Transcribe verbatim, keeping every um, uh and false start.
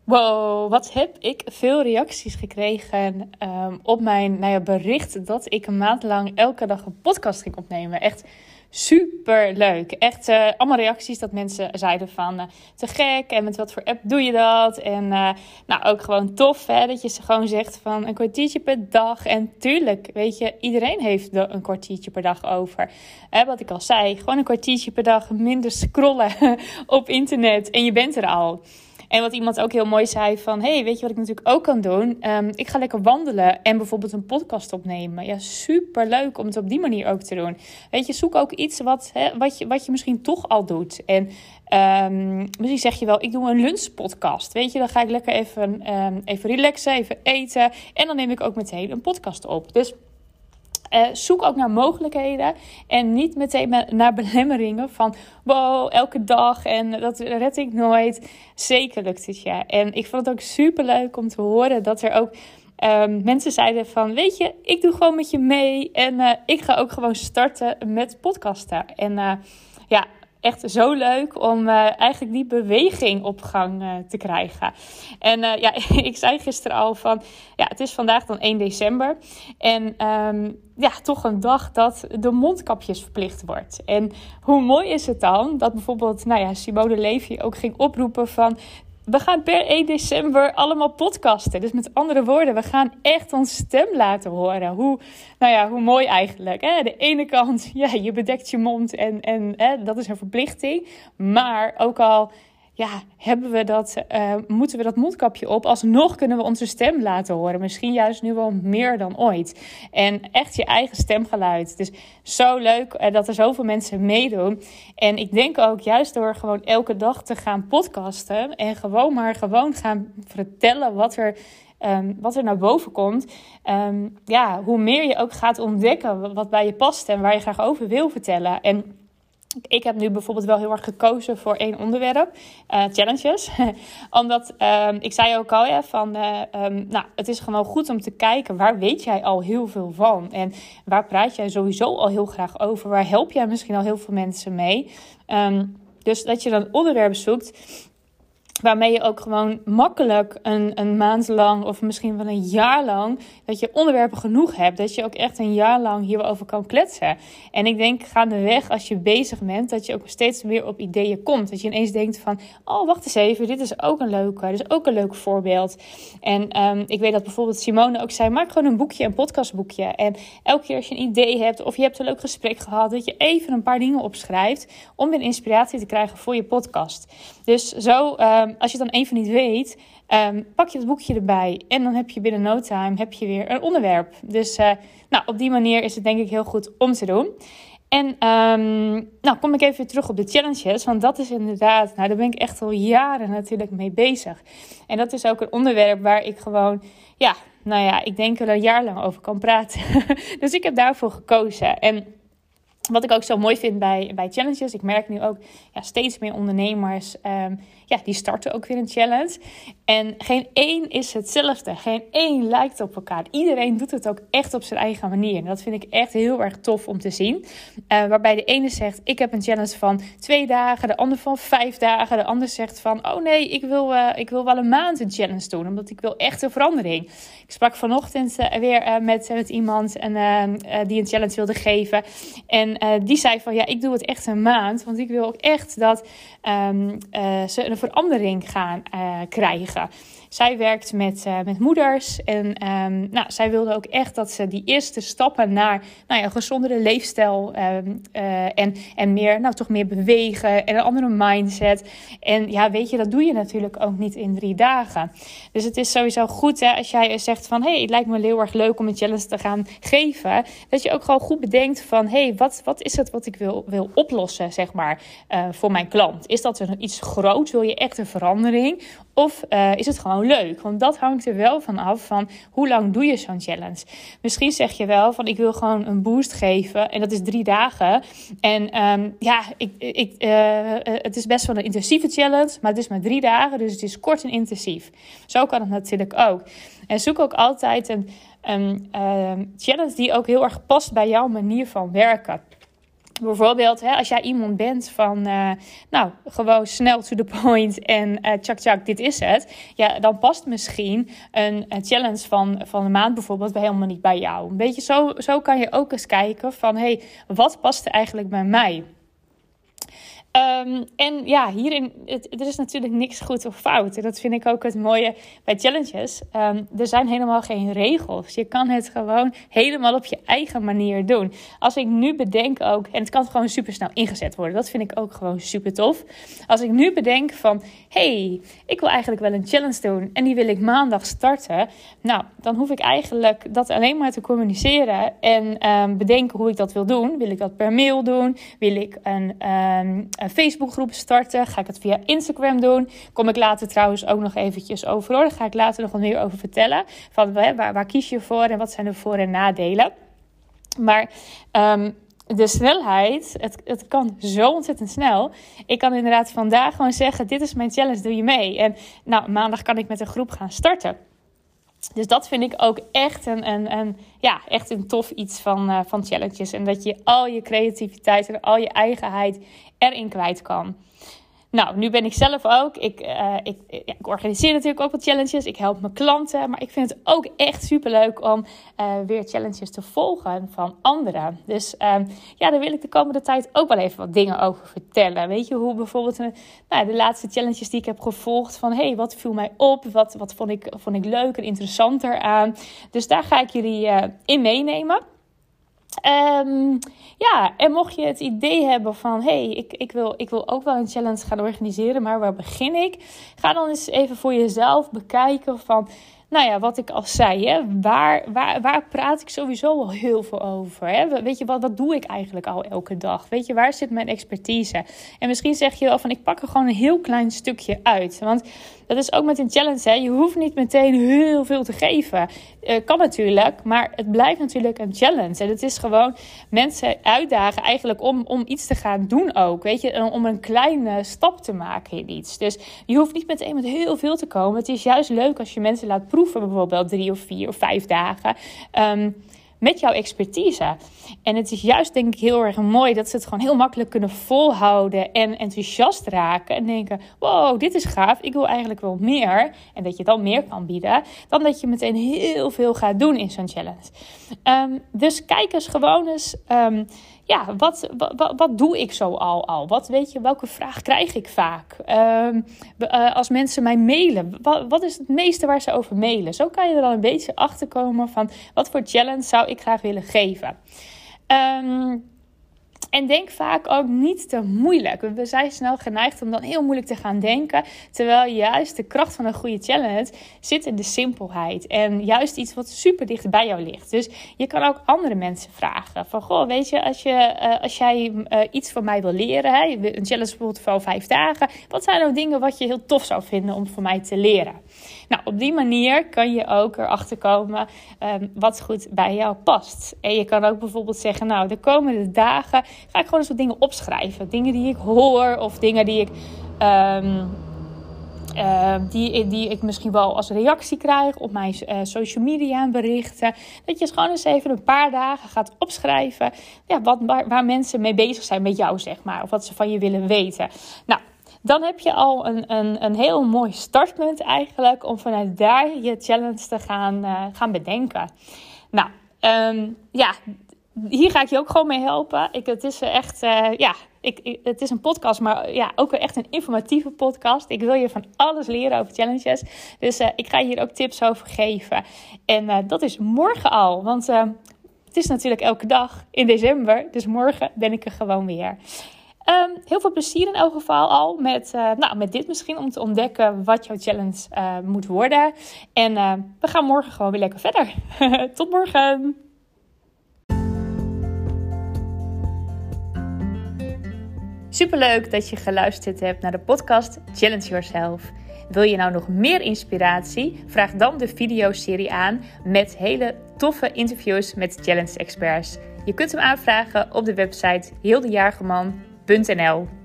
Wow, wat heb ik veel reacties gekregen um, op mijn nou ja, bericht dat ik een maand lang elke dag een podcast ging opnemen. Echt super leuk. Echt uh, allemaal reacties dat mensen zeiden van uh, te gek en met wat voor app doe je dat? En uh, nou ook gewoon tof hè, dat je ze gewoon zegt van een kwartiertje per dag. En tuurlijk, weet je, iedereen heeft er een kwartiertje per dag over. Hè, wat ik al zei, gewoon een kwartiertje per dag minder scrollen op internet en je bent er al. En wat iemand ook heel mooi zei van, hey, weet je wat ik natuurlijk ook kan doen? Um, ik ga lekker wandelen en bijvoorbeeld een podcast opnemen. Ja, super leuk om het op die manier ook te doen. Weet je, zoek ook iets wat, hè, wat, je, wat je misschien toch al doet. En um, misschien zeg je wel, ik doe een lunchpodcast. Weet je, dan ga ik lekker even, um, even relaxen, even eten. En dan neem ik ook meteen een podcast op. Dus Uh, zoek ook naar mogelijkheden en niet meteen naar belemmeringen van wow, elke dag en dat red ik nooit. Zeker lukt het je. En ik vond het ook super leuk om te horen dat er ook um, mensen zeiden van weet je, ik doe gewoon met je mee en uh, ik ga ook gewoon starten met podcasten. En uh, ja, echt zo leuk om uh, eigenlijk die beweging op gang uh, te krijgen. En uh, ja, ik zei gisteren al van, ja, het is vandaag dan één december. En um, ja, toch een dag dat de mondkapjes verplicht wordt. En hoe mooi is het dan dat bijvoorbeeld, nou ja, Simone Levy ook ging oproepen van, we gaan per één december allemaal podcasten. Dus met andere woorden, we gaan echt ons stem laten horen. Hoe, nou ja, hoe mooi eigenlijk. Hè? De ene kant, ja, je bedekt je mond en, en hè, dat is een verplichting. Maar ook al ja, hebben we dat, uh, moeten we dat mondkapje op, alsnog kunnen we onze stem laten horen. Misschien juist nu wel meer dan ooit. En echt je eigen stemgeluid. Dus zo leuk uh, dat er zoveel mensen meedoen. En ik denk ook juist door gewoon elke dag te gaan podcasten en gewoon maar gewoon gaan vertellen wat er Um, wat er naar boven komt. Um, ja, hoe meer je ook gaat ontdekken wat bij je past en waar je graag over wil vertellen. En ik heb nu bijvoorbeeld wel heel erg gekozen voor één onderwerp. Uh, challenges. Omdat, um, ik zei ook al, ja, van, uh, um, nou, het is gewoon goed om te kijken, waar weet jij al heel veel van? En waar praat jij sowieso al heel graag over? Waar help jij misschien al heel veel mensen mee? Um, dus dat je dan een onderwerp zoekt waarmee je ook gewoon makkelijk een, een maand lang of misschien wel een jaar lang, dat je onderwerpen genoeg hebt. Dat je ook echt een jaar lang hierover kan kletsen. En ik denk gaandeweg als je bezig bent, dat je ook steeds meer op ideeën komt. Dat je ineens denkt van, oh wacht eens even, dit is ook een leuke, dit is ook een leuk voorbeeld. En um, ik weet dat bijvoorbeeld Simone ook zei, maak gewoon een boekje, een podcastboekje. En elke keer als je een idee hebt of je hebt een leuk gesprek gehad, dat je even een paar dingen opschrijft om weer inspiratie te krijgen voor je podcast. Dus zo, um, als je het dan even niet weet, um, pak je het boekje erbij en dan heb je binnen no time heb je weer een onderwerp. Dus uh, nou, op die manier is het denk ik heel goed om te doen. En um, nou kom ik even weer terug op de challenges, want dat is inderdaad, nou daar ben ik echt al jaren natuurlijk mee bezig. En dat is ook een onderwerp waar ik gewoon, ja, nou ja, ik denk er een jaar lang over kan praten. Dus ik heb daarvoor gekozen. En wat ik ook zo mooi vind bij, bij challenges, ik merk nu ook ja, steeds meer ondernemers, um, ja, die starten ook weer een challenge. En geen één is hetzelfde, geen één lijkt op elkaar. Iedereen doet het ook echt op zijn eigen manier. En dat vind ik echt heel erg tof om te zien. Uh, waarbij de ene zegt, ik heb een challenge van twee dagen, de ander van vijf dagen. De ander zegt van, oh nee, ik wil, uh, ik wil wel een maand een challenge doen, omdat ik wil echt een verandering. Ik sprak vanochtend uh, weer uh, met, met iemand en, uh, uh, die een challenge wilde geven. En Uh, die zei van ja, ik doe het echt een maand. Want ik wil ook echt dat um, uh, ze een verandering gaan uh, krijgen. Zij werkt met, uh, met moeders. En um, nou, zij wilde ook echt dat ze die eerste stappen naar nou ja, een gezondere leefstijl. Um, uh, en, en meer, nou toch meer bewegen. En een andere mindset. En ja, weet je, dat doe je natuurlijk ook niet in drie dagen. Dus het is sowieso goed hè, als jij zegt van hé, hey, het lijkt me heel erg leuk om een challenge te gaan geven. Dat je ook gewoon goed bedenkt van hé, hey, wat, wat is het wat ik wil, wil oplossen, zeg maar, uh, voor mijn klant? Is dat een, iets groots? Wil je echt een verandering? Of uh, is het gewoon leuk? Want dat hangt er wel van af van hoe lang doe je zo'n challenge. Misschien zeg je wel van ik wil gewoon een boost geven en dat is drie dagen. En um, ja, ik, ik, uh, het is best wel een intensieve challenge, maar het is maar drie dagen, dus het is kort en intensief. Zo kan het natuurlijk ook. En zoek ook altijd een, een uh, challenge die ook heel erg past bij jouw manier van werken. Bijvoorbeeld, hè, als jij iemand bent van, uh, nou, gewoon snel to the point en uh, tjak tjak, dit is het. Ja, dan past misschien een, een challenge van, van een maand bijvoorbeeld helemaal niet bij jou. Een beetje zo, zo kan je ook eens kijken van, hé, hey, wat past er eigenlijk bij mij? Um, en ja, hierin, het, er is natuurlijk niks goed of fout. En dat vind ik ook het mooie bij challenges. Um, er zijn helemaal geen regels. Je kan het gewoon helemaal op je eigen manier doen. Als ik nu bedenk ook, en het kan gewoon super snel ingezet worden. Dat vind ik ook gewoon super tof. Als ik nu bedenk van, hey, ik wil eigenlijk wel een challenge doen. En die wil ik maandag starten. Nou, dan hoef ik eigenlijk dat alleen maar te communiceren. En um, bedenken hoe ik dat wil doen. Wil ik dat per mail doen? Wil ik een... Um, Een Facebookgroep starten. Ga ik het via Instagram doen. Kom ik later trouwens ook nog eventjes over hoor. Daar ga ik later nog wat meer over vertellen. Van waar, waar kies je voor en wat zijn de voor- en nadelen. Maar um, de snelheid, het, het kan zo ontzettend snel. Ik kan inderdaad vandaag gewoon zeggen, dit is mijn challenge, doe je mee. En nou, maandag kan ik met een groep gaan starten. Dus dat vind ik ook echt een, een, een, ja, echt een tof iets van, uh, van challenges. En dat je al je creativiteit en al je eigenheid erin kwijt kan. Nou, nu ben ik zelf ook. Ik, uh, ik, ja, ik organiseer natuurlijk ook wat challenges. Ik help mijn klanten. Maar ik vind het ook echt superleuk om uh, weer challenges te volgen van anderen. Dus uh, ja, daar wil ik de komende tijd ook wel even wat dingen over vertellen. Weet je, hoe bijvoorbeeld uh, nou, de laatste challenges die ik heb gevolgd. Van, hey, wat viel mij op? Wat, wat vond ik, vond ik leuk en interessanter aan? Dus daar ga ik jullie uh, in meenemen. Um, ja, en mocht je het idee hebben van, hey, ik, ik, wil, ik wil ook wel een challenge gaan organiseren, maar waar begin ik? Ga dan eens even voor jezelf bekijken van, nou ja, wat ik al zei, hè, waar, waar, waar praat ik sowieso al heel veel over? Hè? Weet je, wat, wat doe ik eigenlijk al elke dag? Weet je, waar zit mijn expertise? En misschien zeg je wel van, ik pak er gewoon een heel klein stukje uit. Want dat is ook met een challenge, hè. Je hoeft niet meteen heel veel te geven. Uh, kan natuurlijk, maar het blijft natuurlijk een challenge. En het is gewoon mensen uitdagen eigenlijk om, om iets te gaan doen ook. Weet je, om een kleine stap te maken in iets. Dus je hoeft niet meteen met heel veel te komen. Het is juist leuk als je mensen laat proeven, bijvoorbeeld drie of vier of vijf dagen. Um, met jouw expertise. En het is juist denk ik heel erg mooi dat ze het gewoon heel makkelijk kunnen volhouden en enthousiast raken en denken, wow, dit is gaaf, ik wil eigenlijk wel meer. En dat je dan meer kan bieden, dan dat je meteen heel veel gaat doen in zo'n challenge. Um, dus kijk eens gewoon eens, um, ja, wat, wat, wat doe ik zo al al? Wat weet je, welke vraag krijg ik vaak? Um, uh, als mensen mij mailen, wat, wat is het meeste waar ze over mailen? Zo kan je er dan een beetje achter komen van, wat voor challenge zou ik graag willen geven? Um, En denk vaak ook niet te moeilijk. We zijn snel geneigd om dan heel moeilijk te gaan denken. Terwijl juist de kracht van een goede challenge zit in de simpelheid. En juist iets wat super dicht bij jou ligt. Dus je kan ook andere mensen vragen. Van goh, weet je, als, je, uh, als jij uh, iets van mij wil leren. Hè, een challenge bijvoorbeeld van vijf dagen. Wat zijn nou dingen wat je heel tof zou vinden om van mij te leren? Nou, op die manier kan je ook erachter komen um, wat goed bij jou past. En je kan ook bijvoorbeeld zeggen, nou, de komende dagen ga ik gewoon eens wat dingen opschrijven. Dingen die ik hoor of dingen die ik, um, uh, die, die ik misschien wel als reactie krijg op mijn uh, social media berichten. Dat je gewoon eens even een paar dagen gaat opschrijven, ja, wat, waar, waar mensen mee bezig zijn met jou, zeg maar. Of wat ze van je willen weten. Nou, dan heb je al een, een, een heel mooi startpunt eigenlijk om vanuit daar je challenge te gaan, uh, gaan bedenken. Nou, um, ja, hier ga ik je ook gewoon mee helpen. Ik, het is echt, uh, ja, ik, ik, het is een podcast, maar ja, ook echt een informatieve podcast. Ik wil je van alles leren over challenges. Dus uh, ik ga je hier ook tips over geven. En uh, dat is morgen al, want uh, het is natuurlijk elke dag in december. Dus morgen ben ik er gewoon weer. Um, heel veel plezier in elk geval al met, uh, nou, met dit misschien om te ontdekken wat jouw challenge uh, moet worden. En uh, we gaan morgen gewoon weer lekker verder. Tot morgen! Superleuk dat je geluisterd hebt naar de podcast Challenge Yourself. Wil je nou nog meer inspiratie? Vraag dan de videoserie aan met hele toffe interviews met challenge experts. Je kunt hem aanvragen op de website hildejagerman punt n l.